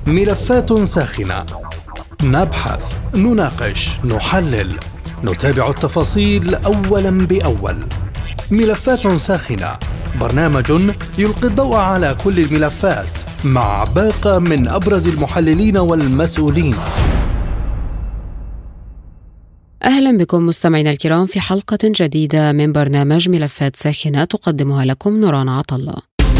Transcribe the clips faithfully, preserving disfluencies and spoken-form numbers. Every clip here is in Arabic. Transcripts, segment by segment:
ملفات ساخنة، نبحث، نناقش، نحلل، نتابع التفاصيل أولا بأول. ملفات ساخنة، برنامج يلقي الضوء على كل الملفات مع باقة من أبرز المحللين والمسؤولين. أهلا بكم مستمعينا الكرام في حلقة جديدة من برنامج ملفات ساخنة تقدمها لكم نوران عطلة.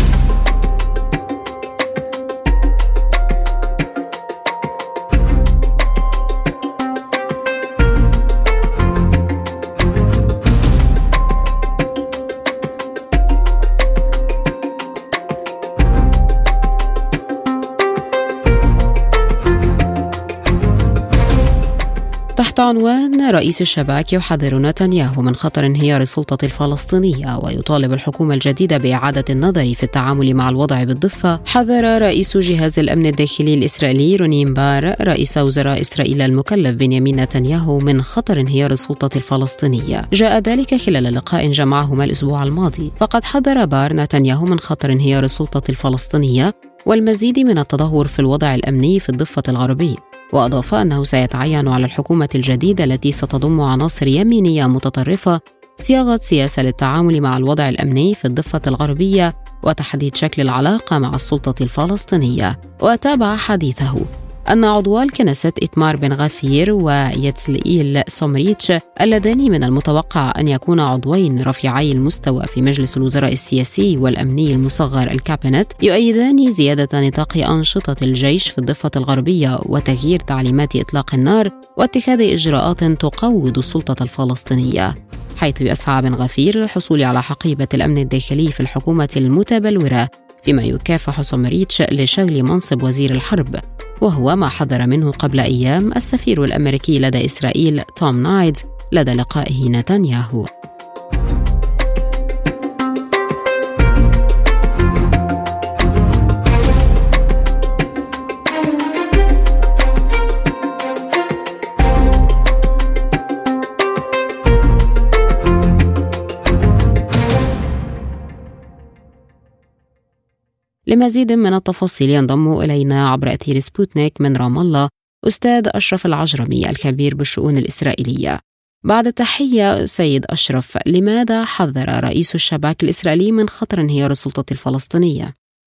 تحت عنوان رئيس الشباك يحذر نتنياهو من خطر انهيار السلطة الفلسطينية ويطالب الحكومة الجديدة بإعادة النظر في التعامل مع الوضع بالضفة، حذر رئيس جهاز الأمن الداخلي الإسرائيلي رونين بار رئيس وزراء إسرائيل المكلف بنيامين نتنياهو من خطر انهيار السلطة الفلسطينية. جاء ذلك خلال لقاء جمعهما الأسبوع الماضي، فقد حذر بار نتنياهو من خطر انهيار السلطة الفلسطينية والمزيد من التدهور في الوضع الأمني في الضفة الغربية، وأضاف أنه سيتعين على الحكومة الجديدة التي ستضم عناصر يمينية متطرفة صياغة سياسة للتعامل مع الوضع الأمني في الضفة الغربية وتحديد شكل العلاقة مع السلطة الفلسطينية. وتابع حديثه أن عضوا الكنيست إتمار بن غفير ويتسلئيل سومريتش اللذان من المتوقع أن يكونا عضوين رفيعي المستوى في مجلس الوزراء السياسي والأمني المصغر الكابينت يؤيدان زيادة نطاق أنشطة الجيش في الضفة الغربية وتغيير تعليمات إطلاق النار واتخاذ إجراءات تقوض السلطة الفلسطينية، حيث يسعى بن غفير للحصول على حقيبة الأمن الداخلي في الحكومة المتبلورة، فيما يكافح سومريتش لشغل منصب وزير الحرب، وهو ما حذر منه قبل أيام السفير الأمريكي لدى إسرائيل توم نايدز لدى لقائه نتنياهو. لمزيد من التفاصيل ينضم إلينا عبر أثير سبوتنيك من رام الله أستاذ أشرف العجرمي الخبير بالشؤون الإسرائيلية. بعد التحية سيد أشرف، لماذا حذر رئيس الشباك الإسرائيلي من خطر انهيار السلطة الفلسطينية؟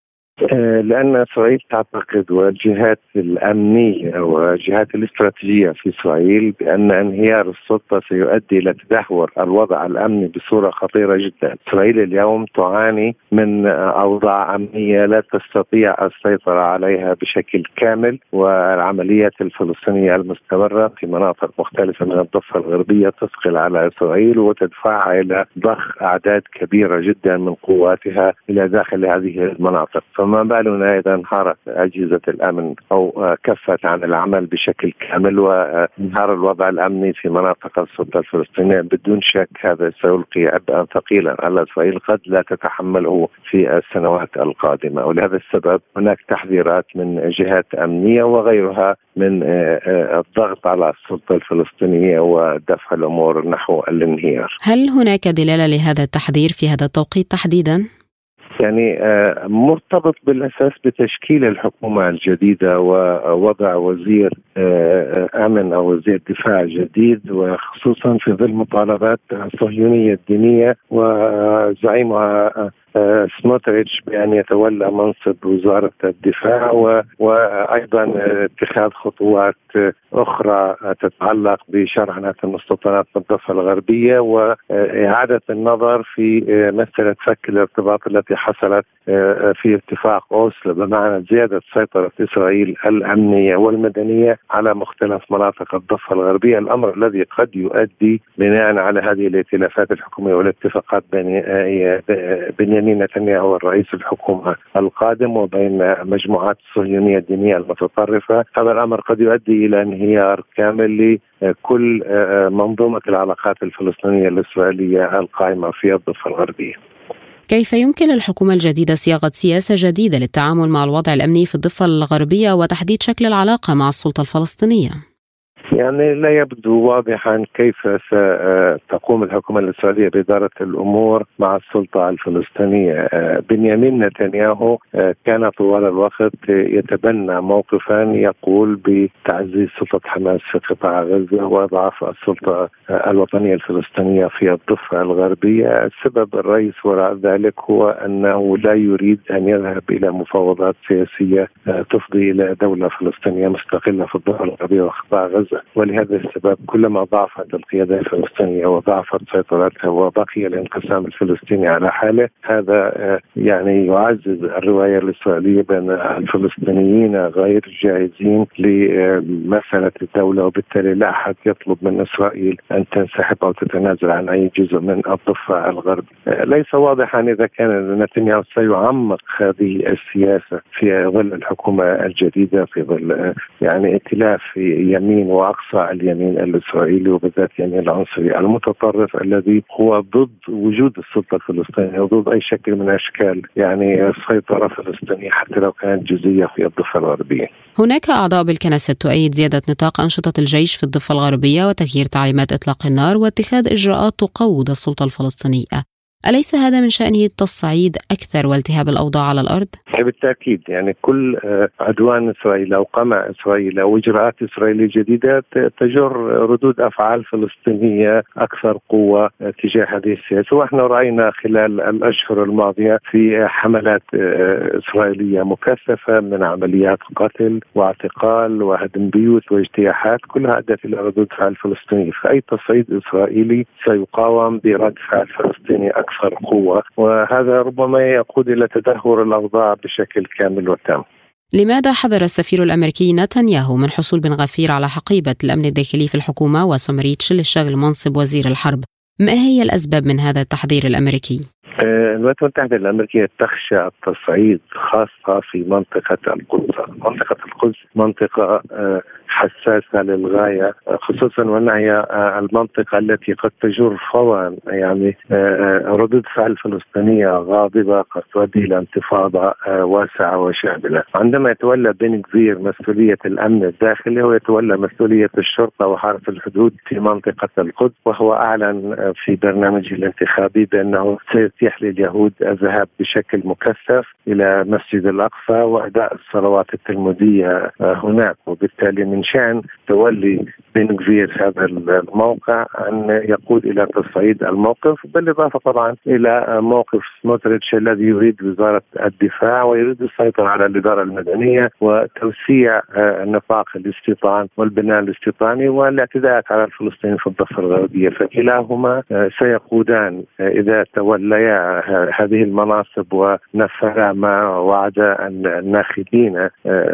لأن إسرائيل تعتقد والجهات الأمنية والجهات الاستراتيجية في إسرائيل بأن انهيار السلطة سيؤدي إلى تدهور الوضع الأمني بصورة خطيرة جدا. إسرائيل اليوم تعاني من أوضاع أمنية لا تستطيع السيطرة عليها بشكل كامل، والعمليات الفلسطينية المستمرة في مناطق مختلفة من الضفة الغربية تثقل على إسرائيل وتدفعها إلى ضخ أعداد كبيرة جدا من قواتها إلى داخل هذه المناطق. فما بالنا إذا انهارت أجهزة الأمن أو كفت عن العمل بشكل كامل وانهار الوضع الأمني في مناطق السلطة الفلسطينية، بدون شك هذا سيلقي عبئا ثقيلا على إسرائيل قد لا تتحمله في السنوات القادمة. ولهذا السبب هناك تحذيرات من جهات أمنية وغيرها من الضغط على السلطة الفلسطينية ودفع الأمور نحو الانهيار. هل هناك دلالة لهذا التحذير في هذا التوقيت تحديدا؟ يعني مرتبط بالأساس بتشكيل الحكومة الجديدة ووضع وزير أمن أو وزير دفاع جديد، وخصوصا في ظل مطالبات الصهيونية الدينية وزعيمها سموتريتش بأن يتولى منصب وزارة الدفاع، وأيضا اتخاذ خطوات أخرى تتعلق بشرعنة المستوطنات بالضفة الغربية وإعادة النظر في مسألة فك الارتباط التي حصلت في اتفاق أوسلو، بمعنى زيادة سيطرة إسرائيل الأمنية والمدنية على مختلف مناطق الضفة الغربية، الأمر الذي قد يؤدي بناء على هذه الائتلافات الحكومية والاتفاقات بين بنيامين نتنياهو الرئيس الحكومة القادم وبين مجموعات الصهيونية الدينية المتطرفة، هذا الأمر قد يؤدي إلى انهيار كامل لكل منظومة العلاقات الفلسطينية الإسرائيلية القائمة في الضفة الغربية. كيف يمكن للحكومة الجديدة صياغة سياسة جديدة للتعامل مع الوضع الأمني في الضفة الغربية وتحديد شكل العلاقة مع السلطة الفلسطينية؟ يعني لا يبدو واضحا كيف ستقوم الحكومة الإسرائيلية بإدارة الأمور مع السلطة الفلسطينية. بنيامين نتنياهو كان طوال الوقت يتبنى موقفا يقول بتعزيز سلطة حماس في قطاع غزة وضعف السلطة الوطنية الفلسطينية في الضفة الغربية. السبب الرئيس وراء ذلك هو أنه لا يريد أن يذهب إلى مفاوضات سياسية تفضي إلى دولة فلسطينية مستقلة في الضفة الغربية وقطاع غزة، ولهذا السبب كلما ضعفت القيادة الفلسطينية وضعفت سيطرتها وبقي الانقسام الفلسطيني على حاله، هذا يعني يعزز الرواية الإسرائيلية بأن الفلسطينيين غير جاهزين لمسألة الدولة، وبالتالي لا أحد يطلب من إسرائيل أن تنسحب أو تتنازل عن أي جزء من الضفة الغربية. ليس واضحا إذا كان نتنياهو سيعمق هذه السياسة في ظل الحكومة الجديدة، في ظل يعني ائتلاف يمين وأقصى اليمين الإسرائيلي وبالذات يمين العنصري المتطرف الذي هو ضد وجود السلطة الفلسطينية وضد أي شكل من أشكال يعني سيطرة فلسطينية حتى لو كانت جزئية في الضفة الغربية. هناك أعضاء بالكنيست تؤيد زيادة نطاق أنشطة الجيش في الضفة الغربية وتغيير تعليمات إطلاق النار واتخاذ إجراءات تقوض السلطة الفلسطينية. أليس هذا من شأنه التصعيد أكثر والتهاب الأوضاع على الأرض؟ بالتأكيد، يعني كل عدوان إسرائيل أو قمع إسرائيل أو إجراءات إسرائيلية جديدة تجر ردود أفعال فلسطينية أكثر قوة تجاه هذه السياسة، وإحنا رأينا خلال الأشهر الماضية في حملات إسرائيلية مكثفة من عمليات قتل واعتقال وهدم بيوت واجتياحات، كلها أدت إلى ردود فعل فلسطينية. فأي تصعيد إسرائيلي سيقاوم برد فعل فلسطيني أكثر قوة، وهذا ربما يقود إلى تدهور الأوضاع بشكل كامل وتام. لماذا حذر السفير الأمريكي نتنياهو من حصول بن غفير على حقيبة الأمن الداخلي في الحكومة وسمريتش للشغل منصب وزير الحرب؟ ما هي الأسباب من هذا التحذير الأمريكي؟ الولايات المتحدة الأمريكية تخشى التصعيد خاصة في منطقة القدس. منطقة القدس منطقة حساسة للغاية، خصوصا وأنها هي المنطقة التي قد تجر فورا يعني ردود فعل فلسطينية غاضبة قد تؤدي إلى انتفاضة واسعة وشاملة. عندما يتولى بن غفير مسؤولية الأمن الداخلي هو يتولى مسؤولية الشرطة وحرس الحدود في منطقة القدس، وهو أعلن في برنامجه الانتخابي بأنه سيتيح لليهود الذهاب بشكل مكثف إلى مسجد الأقصى وأداء الصلوات التلمودية هناك، وبالتالي من شأن تولي بن غفير هذا الموقع أن يقود إلى تصعيد الموقف، بالإضافة طبعا إلى موقف سموتريتش الذي يريد وزارة الدفاع ويريد السيطرة على الإدارة المدنية وتوسيع نطاق الاستيطان والبناء الاستيطاني والاعتداءات على الفلسطينيين في الضفة الغربية، فكلاهما سيقودان إذا توليا هذه المناصب ونفذا ما وعد الناخبين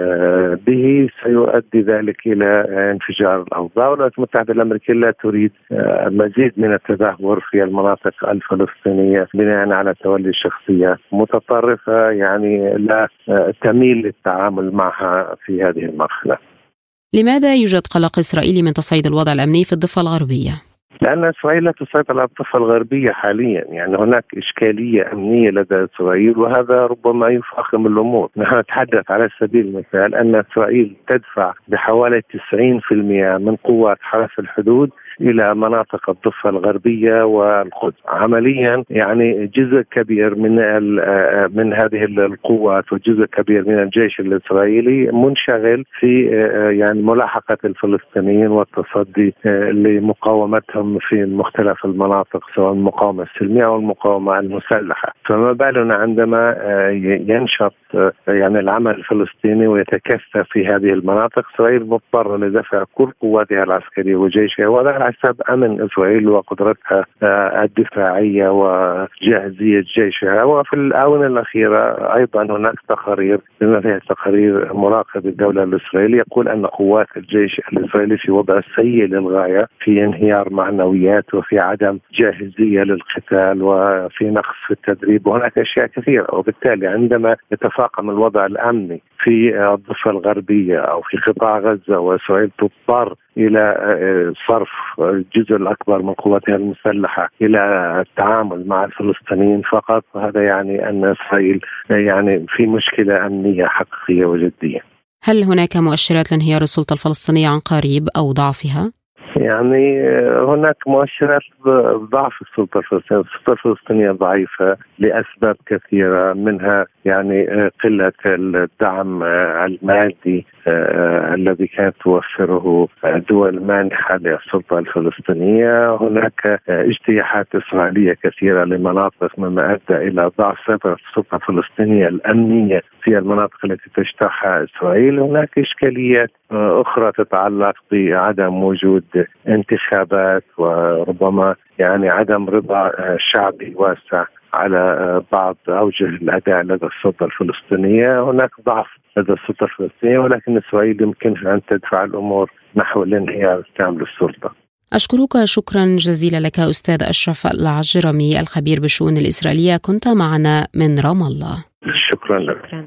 به سيؤدي ذلك إلى انفجار الأوضاع. والولايات المتحدة الأمريكية لا تريد مزيد من التدهور في المناطق الفلسطينية بناء على تولي شخصية متطرفة يعني لا تميل للتعامل معها في هذه المرحلة. لماذا يوجد قلق إسرائيلي من تصعيد الوضع الأمني في الضفة الغربية؟ لأن إسرائيل لا تسيطر على الضفة الغربية حاليا، يعني هناك إشكالية أمنية لدى إسرائيل وهذا ربما يفاقم الأمور. نحن نتحدث على سبيل المثال أن إسرائيل تدفع بحوالي تسعين بالمئة من قوات حرس الحدود إلى مناطق الضفة الغربية والقدس. عمليا يعني جزء كبير من من هذه القوات وجزء كبير من الجيش الإسرائيلي منشغل في يعني ملاحقة الفلسطينيين والتصدي لمقاومتهم في مختلف المناطق سواء المقاومة السلمية أو المقاومة المسلحة. فما بالنا عندما ينشط يعني العمل الفلسطيني ويتكثف في هذه المناطق، إسرائيل مضطرة لدفع كل قواتها العسكرية وجيشها ولا على حساب أمن إسرائيل وقدرتها الدفاعية وجاهزية جيشها. وفي الآونة الأخيرة أيضا هناك تقارير بما فيها تقارير مراقب الدولة الإسرائيلية يقول أن قوات الجيش الإسرائيلي في وضع سيء للغاية، في انهيار معنويات وفي عدم جاهزية للقتال وفي نقص في التدريب وهناك أشياء كثيرة. وبالتالي عندما يتفاقم الوضع الأمني في الضفة الغربية أو في قطاع غزة وإسرائيل تضطر إلى صرف الجزء الأكبر من قواتها المسلحة إلى التعامل مع الفلسطينيين فقط، وهذا يعني أن إسرائيل يعني في مشكلة أمنية حقيقية وجدية. هل هناك مؤشرات لانهيار السلطة الفلسطينية عن قريب أو ضعفها؟ يعني هناك مؤشرات ضعف السلطة الفلسطينية. السلطة الفلسطينية ضعيفة لأسباب كثيرة، منها يعني قلة الدعم المادي الذي كانت توفره دول مانحة للسلطة الفلسطينية. هناك اجتياحات إسرائيلية كثيرة لمناطق، مما أدى إلى ضعف سيطرة السلطة الفلسطينية الأمنية في المناطق التي تجتاحها إسرائيل. هناك إشكاليات أخرى تتعلق بعدم وجود انتخابات، وربما يعني عدم رضا شعبي واسع على بعض أوجه الأداء لدى السلطة الفلسطينية. هناك ضعف لدى السلطة الفلسطينية، ولكن إسرائيل يمكنها أن تدفع الأمور نحو الانهيار التام للسلطة. أشكرك شكرا جزيلا لك أستاذ أشرف العجرمي الخبير بالشؤون الإسرائيلية، كنت معنا من رام الله. شكرا لك.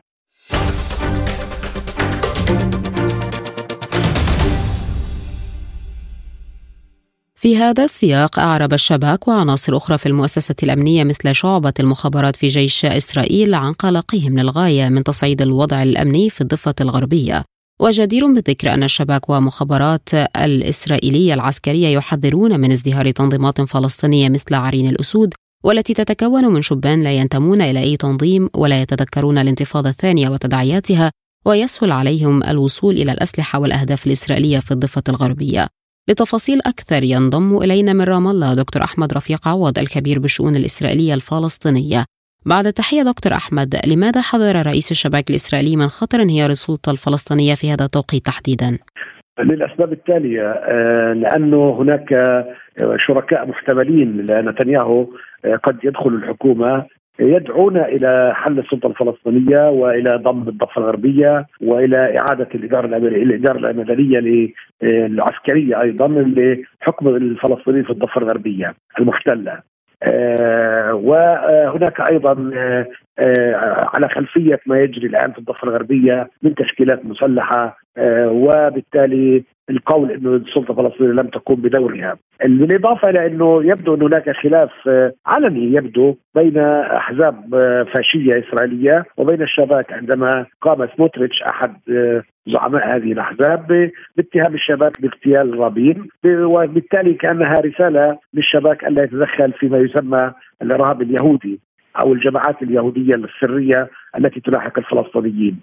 في هذا السياق، أعرب الشباك وعناصر أخرى في المؤسسة الأمنية مثل شعبة المخابرات في جيش إسرائيل عن قلقهم للغاية من تصعيد الوضع الأمني في الضفة الغربية. وجدير بالذكر أن الشباك ومخابرات الإسرائيلية العسكرية يحذرون من ازدهار تنظيمات فلسطينية مثل عرين الأسود، والتي تتكون من شبان لا ينتمون إلى أي تنظيم ولا يتذكرون الانتفاضة الثانية وتداعياتها، ويسهل عليهم الوصول إلى الأسلحة والأهداف الإسرائيلية في الضفة الغربية. لتفاصيل أكثر ينضم إلينا من رام الله دكتور أحمد رفيق عوض الخبير بالشؤون الإسرائيلية الفلسطينية. بعد التحية دكتور أحمد، لماذا حذر رئيس الشباك الإسرائيلي من خطر انهيار السلطة الفلسطينية في هذا التوقيت تحديدا؟ للأسباب التالية، لأنه هناك شركاء محتملين لنتنياهو قد يدخلوا الحكومة يدعون إلى حل السلطة الفلسطينية وإلى ضم الضفة الغربية وإلى إعادة الإدارة الإدارة المدنية العسكرية أيضا لحكم الفلسطينيين في الضفة الغربية المحتلة. آه وهناك أيضا آه آه على خلفية ما يجري الآن في الضفة الغربية من تشكيلات مسلحة، آه وبالتالي القول أنه السلطة الفلسطينية لم تقوم بدورها، بالإضافة إلى أنه يبدو أن هناك خلاف آه علني يبدو بين أحزاب آه فاشية إسرائيلية وبين الشباك، عندما قام سموتريتش أحد آه زعماء هذه الأحزاب باتهام الشباك باغتيال رابين، وبالتالي كأنها رسالة للشباك ألا يتدخل فيما يسمى الإرهاب اليهودي أو الجماعات اليهودية السرية التي تلاحق الفلسطينيين.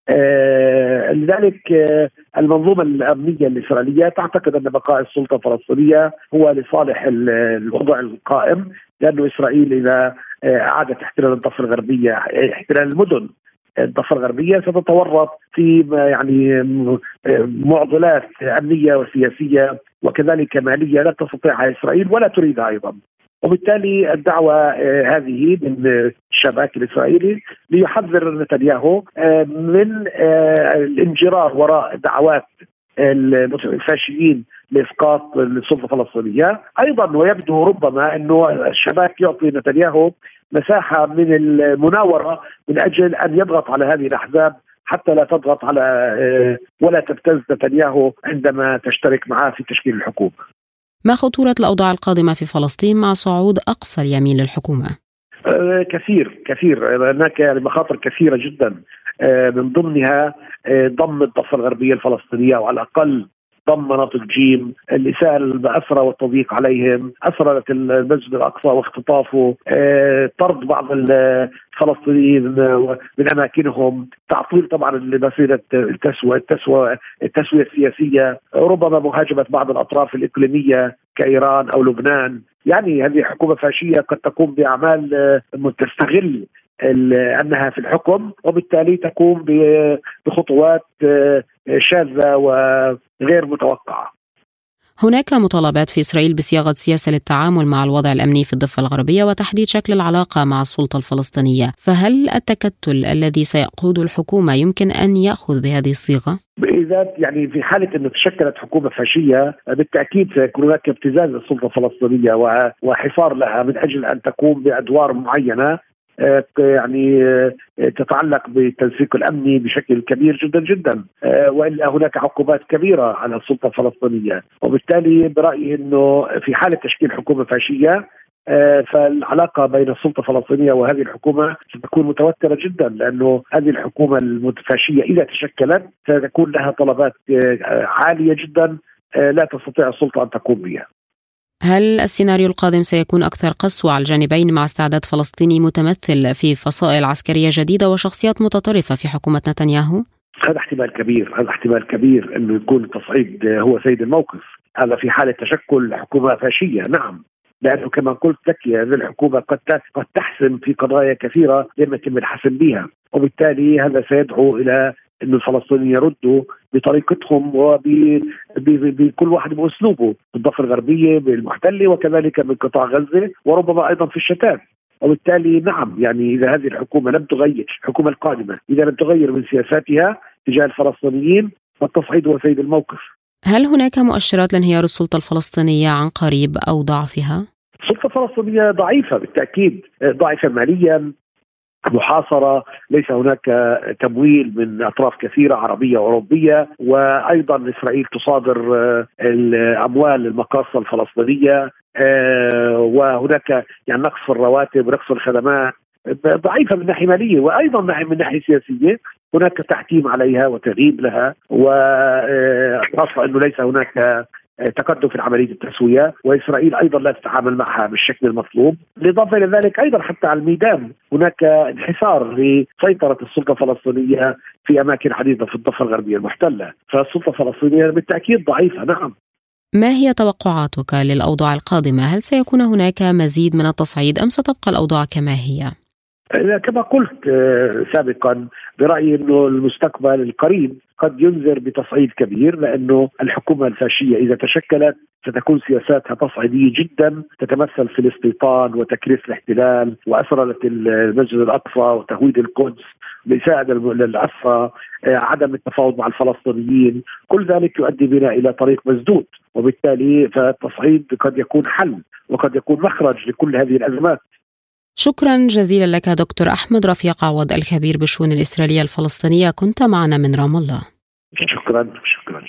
آه لذلك آه المنظومة الأمنية الإسرائيلية تعتقد أن بقاء السلطة الفلسطينية هو لصالح الوضع القائم، لأن إسرائيل إذا آه أعادت احتلال الضفة الغربية، احتلال المدن الضفة الغربية، ستتورط في يعني معضلات أمنية وسياسية وكذلك مالية لا تستطيعها إسرائيل ولا تريدها أيضا. وبالتالي الدعوة هذه من الشباك الإسرائيلي ليحذر نتنياهو من الانجرار وراء دعوات الفاشيين لإسقاط السلطة الفلسطينية أيضا. ويبدو ربما أنه الشباك يعطي نتنياهو مساحة من المناورة من أجل أن يضغط على هذه الأحزاب حتى لا تضغط على ولا تبتز نتنياهو عندما تشترك معه في تشكيل الحكومة. ما خطورة الأوضاع القادمة في فلسطين مع صعود أقصى اليمين للحكومة؟ كثير كثير هناك مخاطر كثيرة جدا، من ضمنها ضم الضفة الغربية الفلسطينية، وعلى الأقل ضم مناطق جيم، الإساءة الأسرى والتضييق عليهم، أسرة المسجد الأقصى واختطافه، طرد بعض الفلسطينيين من أماكنهم، تعطيل طبعا لمسيرة التسوية التسوية التسوية السياسية، ربما مهاجمة بعض الأطراف الإقليمية كإيران أو لبنان. يعني هذه حكومة فاشية قد تقوم بأعمال تستغل أنها في الحكم، وبالتالي تقوم بخطوات شاذة وغير متوقعة. هناك مطالبات في إسرائيل بصياغة سياسة للتعامل مع الوضع الأمني في الضفة الغربية وتحديد شكل العلاقة مع السلطة الفلسطينية، فهل التكتل الذي سيقود الحكومة يمكن أن يأخذ بهذه الصيغة؟ إذا يعني في حالة أن تشكلت حكومة فاشية بالتأكيد سيكون هناك ابتزاز للسلطة الفلسطينية وحصار لها من أجل أن تقوم بأدوار معينة يعني تتعلق بالتنسيق الأمني بشكل كبير جدا جدا، وإلا هناك عقوبات كبيرة على السلطة الفلسطينية. وبالتالي برأيي أنه في حالة تشكيل حكومة فاشية فالعلاقة بين السلطة الفلسطينية وهذه الحكومة ستكون متوترة جدا، لأنه هذه الحكومة المتفاشية إذا تشكلت ستكون لها طلبات عالية جدا لا تستطيع السلطة أن تقوم بها. هل السيناريو القادم سيكون أكثر قسوة على الجانبين مع استعداد فلسطيني متمثل في فصائل عسكرية جديدة وشخصيات متطرفة في حكومة نتنياهو؟ هذا احتمال كبير، هذا احتمال كبير أنه يكون التصعيد هو سيد الموقف، هذا في حالة تشكل حكومة فاشية. نعم، لأنه كما قلت لك هذه الحكومة قد قد تحسم في قضايا كثيرة لم يتم الحسم بها، وبالتالي هذا سيدعو إلى أن الفلسطينيين يردوا بطريقتهم وبكل واحد بأسلوبه، بالضفة الغربية بالمحتلة وكذلك من قطاع غزة وربما أيضا في الشتات. وبالتالي نعم، يعني إذا هذه الحكومة لم تغير، الحكومة القادمة إذا لم تغير من سياساتها تجاه الفلسطينيين فالتصعيد هو سيد الموقف. هل هناك مؤشرات لانهيار السلطة الفلسطينية عن قريب أو ضعفها؟ السلطة الفلسطينية ضعيفة بالتأكيد، ضعيفة ماليا، محاصرة، ليس هناك تمويل من أطراف كثيرة عربية وأوروبية، وأيضا إسرائيل تصادر الأموال المقاصة الفلسطينية، وهناك يعني نقص في الرواتب ونقص الخدمات، ضعيفة من ناحية مالية وأيضا من ناحية سياسية، هناك تحكيم عليها وتغييب لها، وخاصة أنه ليس هناك تقدم في عملية التسوية، وإسرائيل أيضا لا تتعامل معها بالشكل المطلوب. بالإضافة إلى ذلك أيضا حتى على الميدان هناك انحسار لسيطرة السلطة الفلسطينية في أماكن عديدة في الضفة الغربية المحتلة، فالسلطة الفلسطينية بالتأكيد ضعيفة. نعم. ما هي توقعاتك للأوضاع القادمة؟ هل سيكون هناك مزيد من التصعيد أم ستبقى الأوضاع كما هي؟ كما قلت سابقا برأيي أنه المستقبل القريب قد ينذر بتصعيد كبير، لأنه الحكومة الفاشية إذا تشكلت ستكون سياساتها تصعيدية جدا، تتمثل في الاستيطان وتكريس الاحتلال وأسرة المسجد الأقصى وتهويد القدس بإساءة للأسرى، عدم التفاوض مع الفلسطينيين، كل ذلك يؤدي بنا إلى طريق مسدود، وبالتالي فالتصعيد قد يكون حل وقد يكون مخرج لكل هذه الأزمات. شكرا جزيلا لك دكتور أحمد رفيق عوض، الخبير بالشؤون الإسرائيلية الفلسطينية، كنت معنا من رام الله. شكرا شكرا.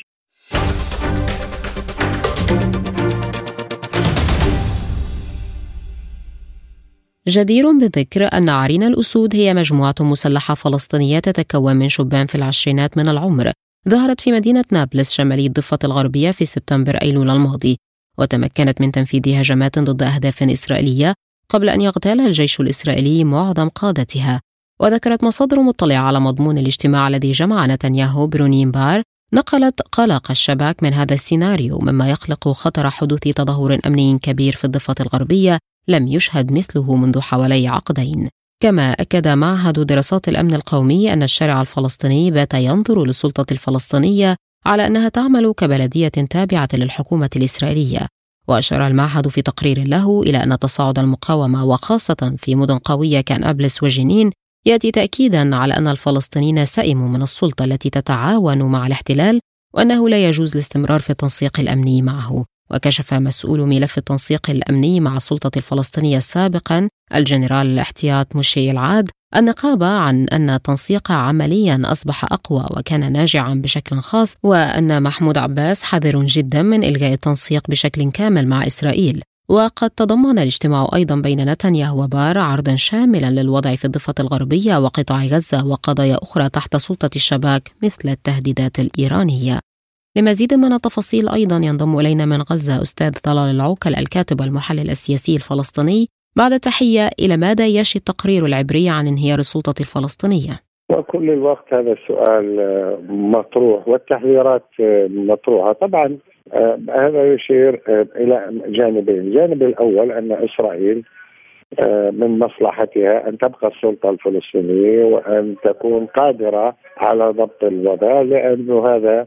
جدير بالذكر أن عرين الأسود هي مجموعة مسلحة فلسطينية تتكون من شبان في العشرينات من العمر، ظهرت في مدينة نابلس شمالي الضفة الغربية في سبتمبر أيلول الماضي، وتمكنت من تنفيذ هجمات ضد أهداف إسرائيلية قبل أن يغتالها الجيش الإسرائيلي معظم قادتها. وذكرت مصادر مطلعة على مضمون الاجتماع الذي جمع نتنياهو برونين بار نقلت قلق الشباك من هذا السيناريو، مما يخلق خطر حدوث تدهور أمني كبير في الضفة الغربية لم يشهد مثله منذ حوالي عقدين. كما أكد معهد دراسات الأمن القومي أن الشارع الفلسطيني بات ينظر للسلطة الفلسطينية على أنها تعمل كبلدية تابعة للحكومة الإسرائيلية. وأشار المعهد في تقرير له إلى أن تصاعد المقاومة وخاصة في مدن قوية كنابلس وجنين يأتي تأكيدا على أن الفلسطينيين سئموا من السلطة التي تتعاون مع الاحتلال، وأنه لا يجوز الاستمرار في التنسيق الأمني معه. وكشف مسؤول ملف التنسيق الأمني مع السلطة الفلسطينية سابقا الجنرال الاحتياط مشي العاد النقابة عن أن التنسيق عمليا أصبح أقوى وكان ناجعا بشكل خاص، وأن محمود عباس حذر جدا من إلغاء التنسيق بشكل كامل مع إسرائيل. وقد تضمن الاجتماع أيضا بين نتنياهو وبار عرضا شاملا للوضع في الضفة الغربية وقطاع غزة وقضايا أخرى تحت سلطة الشباك مثل التهديدات الإيرانية. لمزيد من التفاصيل أيضا ينضم إلينا من غزة أستاذ طلال العوكل الكاتب والمحلل السياسي الفلسطيني. بعد تحية، إلى ماذا يشي التقرير العبري عن انهيار السلطة الفلسطينية؟ وكل الوقت هذا السؤال مطروح والتحذيرات مطروحة. طبعا هذا يشير إلى جانبين. الجانب الأول أن إسرائيل من مصلحتها أن تبقى السلطة الفلسطينية وأن تكون قادرة على ضبط الوضع، لأنه هذا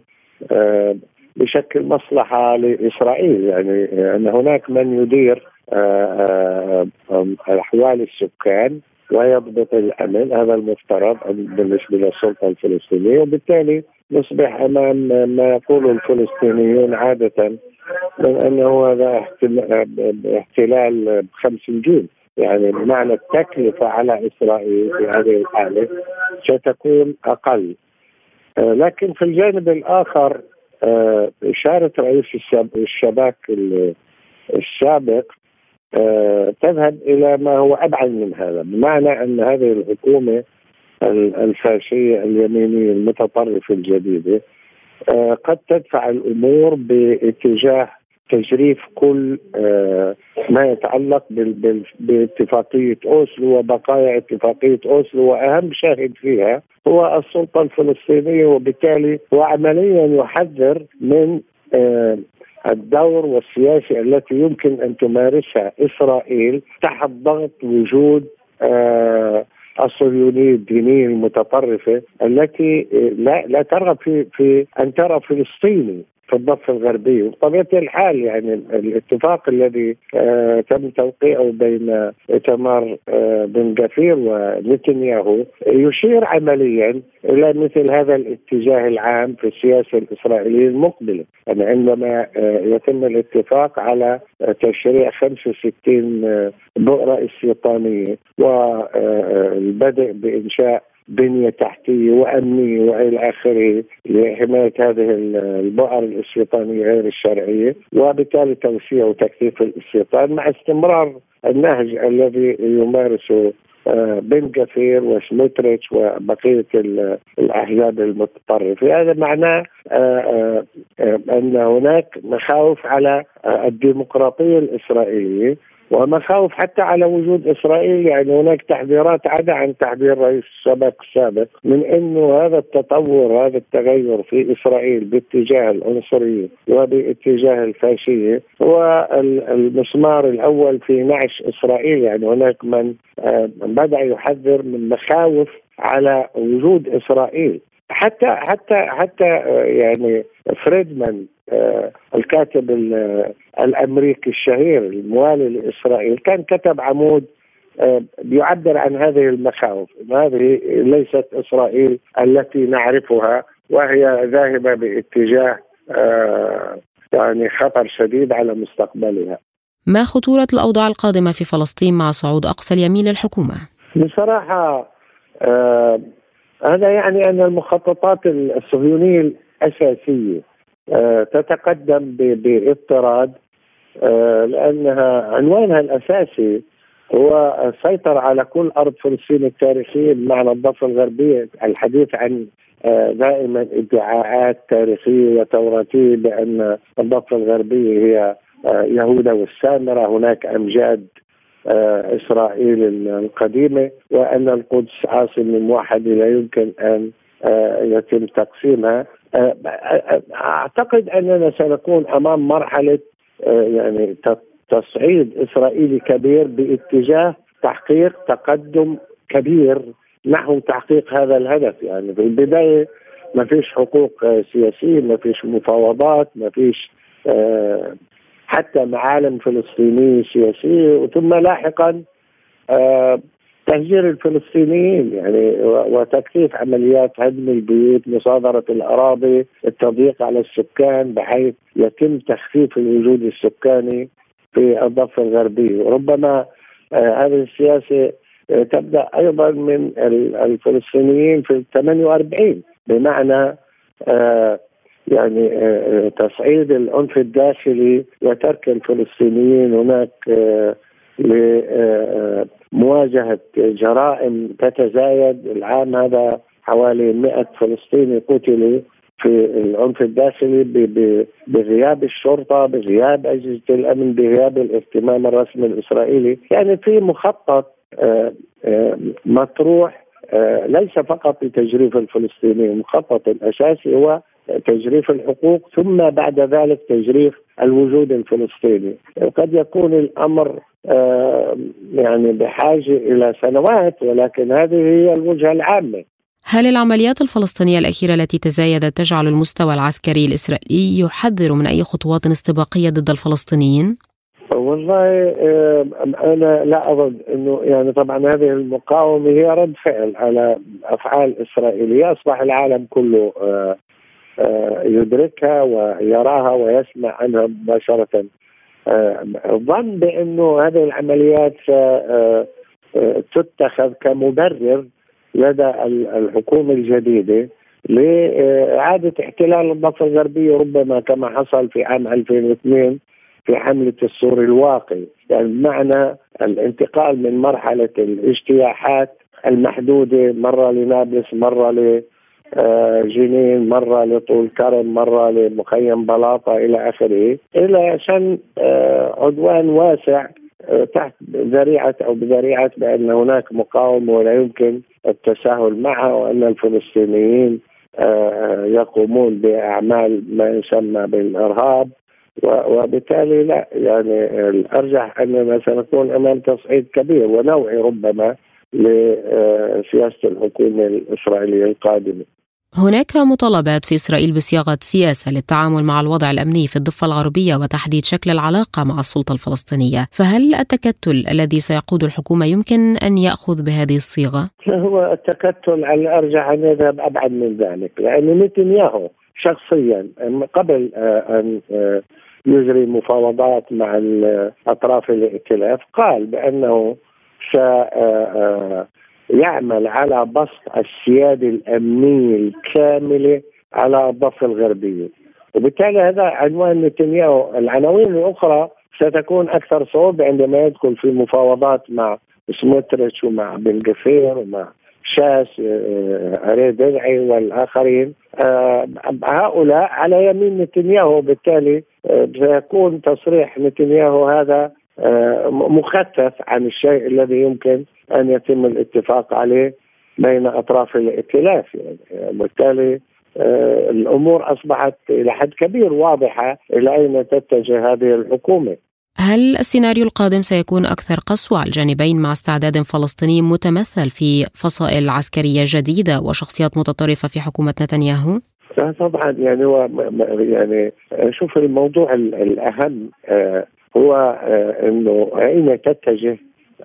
بشكل مصلحة لإسرائيل، يعني أن هناك من يدير أحوال السكان ويضبط الأمن، هذا المفترض بالنسبة للسلطة الفلسطينية، وبالتالي نصبح أمام ما يقول الفلسطينيون عادة من أنه هذا احتلال بخمس نجوم، يعني بمعنى التكلفة على إسرائيل في هذه الحالة ستكون أقل. لكن في الجانب الآخر إشارة رئيس الشباك السابق تذهب إلى ما هو أبعد من هذا، بمعنى أن هذه الحكومة الفاشية اليمينية المتطرفة الجديدة قد تدفع الأمور باتجاه تجريف كل ما يتعلق باتفاقية أوسلو وبقايا اتفاقية أوسلو، وأهم شاهد فيها هو السلطة الفلسطينية، وبالتالي هو عمليا يحذر من الدور والسياسة التي يمكن أن تمارسها إسرائيل تحت ضغط وجود الصهيونية الدينية المتطرفة التي لا لا ترغب في في أن ترى فلسطيني في الضفة الغربية. وبطبيعة الحال يعني الاتفاق الذي آه تم توقيعه بين إيتمار آه بن غفير ونتنياهو يشير عمليا إلى مثل هذا الاتجاه العام في السياسة الإسرائيلية المقبلة. يعني عندما آه يتم الاتفاق على آه تشريع خمسة وستين آه بؤرة استيطانية والبدء بإنشاء بنية تحتية وأمنية وإلى آخره لحماية هذه البؤر الاستيطانية غير الشرعية، وبالتالي توسيع وتكثيف الاستيطان مع استمرار النهج الذي يمارسه بن غفير وسموتريتش وبقية الأحزاب المتطرفة. هذا معناه أن هناك مخاوف على الديمقراطية الإسرائيلية ومخاوف حتى على وجود إسرائيل. يعني هناك تحذيرات عدا عن تحذير رئيس السابق السابق من أنه هذا التطور هذا التغير في إسرائيل باتجاه العنصرية وباتجاه الفاشية هو المسمار الأول في نعش إسرائيل. يعني هناك من بدأ يحذر من مخاوف على وجود إسرائيل. حتى حتى حتى يعني فريدمان الكاتب الأمريكي الشهير الموالي لإسرائيل كان كتب عمود بيعبر عن هذه المخاوف. هذه ليست إسرائيل التي نعرفها، وهي ذاهبة باتجاه يعني خطر شديد على مستقبلها. ما خطورة الأوضاع القادمة في فلسطين مع صعود أقصى اليمين للحكومة؟ بصراحة آه هذا يعني أن المخططات الصهيونية الأساسية آه تتقدم باضطراد، آه لأنها عنوانها الأساسي هو السيطرة على كل أرض فلسطين التاريخية بمعنى الضفة الغربية. الحديث عن آه دائما ادعاءات تاريخية وتوراتية بأن الضفة الغربية هي آه يهوذا والسامرة، هناك أمجاد آه إسرائيل القديمة، وأن القدس عاصمة موحدة لا يمكن أن آه يتم تقسيمها. آه أعتقد أننا سنكون أمام مرحلة آه يعني تصعيد إسرائيلي كبير باتجاه تحقيق تقدم كبير نحو تحقيق هذا الهدف. يعني في البداية ما فيش حقوق آه سياسية، ما فيش مفاوضات، ما فيش آه حتى معالم فلسطينية سياسية، وثم لاحقا آه تهجير الفلسطينيين يعني وتكثيف عمليات هدم البيوت، مصادرة الأراضي، التضييق على السكان بحيث يتم تخفيف الوجود السكاني في الضفة الغربية. وربما آه هذه السياسة آه تبدأ أيضا من الفلسطينيين في ثمانية وأربعين، بمعنى آه يعني تصعيد العنف الداخلي وترك الفلسطينيين هناك لمواجهة جرائم تتزايد. العام هذا حوالي مئة فلسطيني قتلوا في العنف الداخلي بغياب الشرطة، بغياب أجهزة الأمن، بغياب الاهتمام الرسمي الإسرائيلي. يعني في مخطط مطروح ليس فقط لتجريف الفلسطينيين، المخطط الأساسي هو تجريف الحقوق ثم بعد ذلك تجريف الوجود الفلسطيني. قد يكون الأمر يعني بحاجة إلى سنوات، ولكن هذه هي الوجهة العامة. هل العمليات الفلسطينية الأخيرة التي تزايدت تجعل المستوى العسكري الإسرائيلي يحذر من أي خطوات استباقية ضد الفلسطينيين؟ والله أنا لا أظن أنه يعني طبعا هذه المقاومة هي رد فعل على أفعال إسرائيلية أصبح العالم كله يدركها ويراها ويسمع عنها مباشرة. ظن بأنه هذه العمليات تتخذ كمبرر لدى الحكومة الجديدة لإعادة احتلال الضفة الغربية، ربما كما حصل في عام ألفين واثنين في حملة السور الواقي، يعني بمعنى الانتقال من مرحلة الاجتياحات المحدودة، مرة لنابلس، مرة لجنين، مرة لطول كرم، مرة لمخيم بلاطة إلى آخره، إلى شن عدوان واسع تحت ذريعة أو بذريعة بأن هناك مقاومة ولا يمكن التساهل معها، وأن الفلسطينيين يقومون بأعمال ما يسمى بالإرهاب، وبالتالي لا، يعني الأرجح أننا سنكون أمام تصعيد كبير ونوعي ربما لسياسة الحكومة الإسرائيلية القادمة. هناك مطالبات في إسرائيل بصياغة سياسة للتعامل مع الوضع الأمني في الضفة الغربية وتحديد شكل العلاقة مع السلطة الفلسطينية، فهل التكتل الذي سيقود الحكومة يمكن أن يأخذ بهذه الصيغة؟ هو التكتل على الأرجح أن يذهب أبعد من ذلك، لأن نتنياهو شخصيا قبل أن يجري مفاوضات مع أطراف الائتلاف قال بأنه سيعمل على بسط السيادة الأمنية الكاملة على الضفة الغربية، وبالتالي هذا عنوان نتنياهو. العناوين الأخرى ستكون أكثر صعوبة عندما يدخل في مفاوضات مع سموتريتش ومع بن غفير ومع شاس أري درعي والآخرين، هؤلاء على يمين نتنياهو، بالتالي سيكون تصريح نتنياهو هذا مخفف عن الشيء الذي يمكن أن يتم الاتفاق عليه بين أطراف الائتلاف، يعني بالتالي الأمور أصبحت إلى حد كبير واضحة إلى أين تتجه هذه الحكومة. هل السيناريو القادم سيكون أكثر قسوة على الجانبين مع استعداد فلسطيني متمثل في فصائل عسكرية جديدة وشخصيات متطرفة في حكومة نتنياهو؟ طبعا، يعني هو يعني شوف الموضوع الأهم هو أنه أين تتجه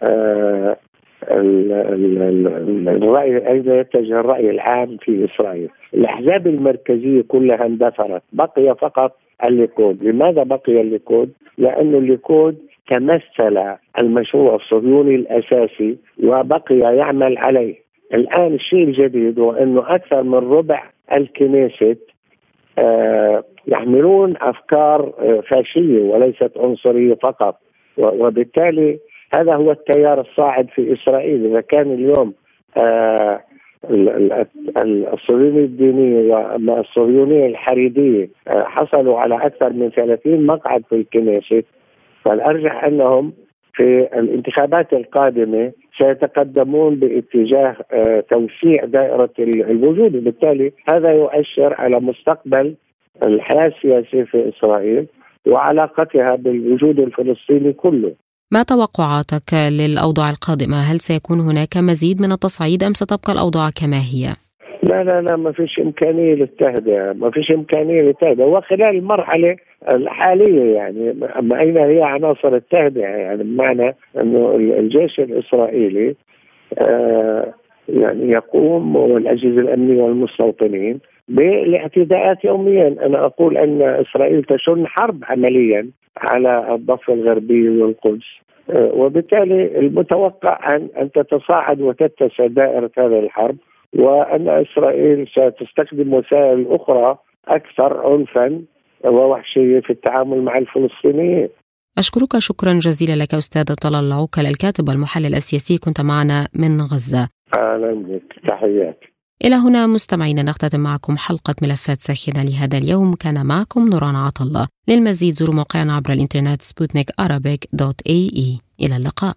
الرأي، أين يتجه الرأي العام في إسرائيل. الأحزاب المركزية كلها اندثرت، بقي فقط الليكود. لماذا بقي الليكود؟ لأن الليكود تمثل المشروع الصهيوني الأساسي وبقي يعمل عليه. الآن الشيء الجديد هو أنه أكثر من ربع الكنيست آه يحملون أفكار آه فاشية وليست عنصرية فقط، وبالتالي هذا هو التيار الصاعد في إسرائيل. إذا كان اليوم آه الصهيونية الدينية والصهيونية الحريدية آه حصلوا على أكثر من ثلاثين مقعد في الكنيست، فالأرجح أنهم في الانتخابات القادمة سيتقدمون باتجاه توسيع دائرة الوجود، وبالتالي هذا يؤشر على مستقبل الحياة السياسية في إسرائيل وعلاقتها بالوجود الفلسطيني كله. ما توقعاتك للأوضاع القادمة؟ هل سيكون هناك مزيد من التصعيد أم ستبقى الأوضاع كما هي؟ لا لا لا ما فيش إمكانية للتهدئة، ما فيش إمكانية للتهدئة، وخلال المرحلة الحالية يعني أما أين هي عناصر التهدئة؟ يعني بمعنى أنه الجيش الإسرائيلي آه يعني يقوم والأجهزة الأمنية والمستوطنين بالاعتداءات يوميا. أنا أقول أن إسرائيل تشن حرب عمليا على الضفة الغربية والقدس، آه وبالتالي المتوقع أن أن تتصاعد وتتسع دائرة هذه الحرب، وأن إسرائيل ستستخدم وسائل أخرى أكثر عنفا ووحشية في التعامل مع الفلسطينيين. أشكرك شكرا جزيلا لك أستاذ طلال العوكل، الكاتب والمحلل السياسي، كنت معنا من غزة. أهلا بك، تحياتي. إلى هنا مستمعينا نختتم معكم حلقة ملفات ساخنة لهذا اليوم. كان معكم نوران عطلة. للمزيد زوروا موقعنا عبر الإنترنت سبوتنيك أرابيك دوت إي إي. إلى اللقاء.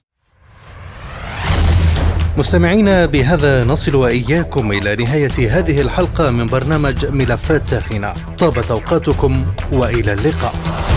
مستمعينا، بهذا نصل وإياكم إلى نهاية هذه الحلقة من برنامج ملفات ساخنة. طابت أوقاتكم وإلى اللقاء.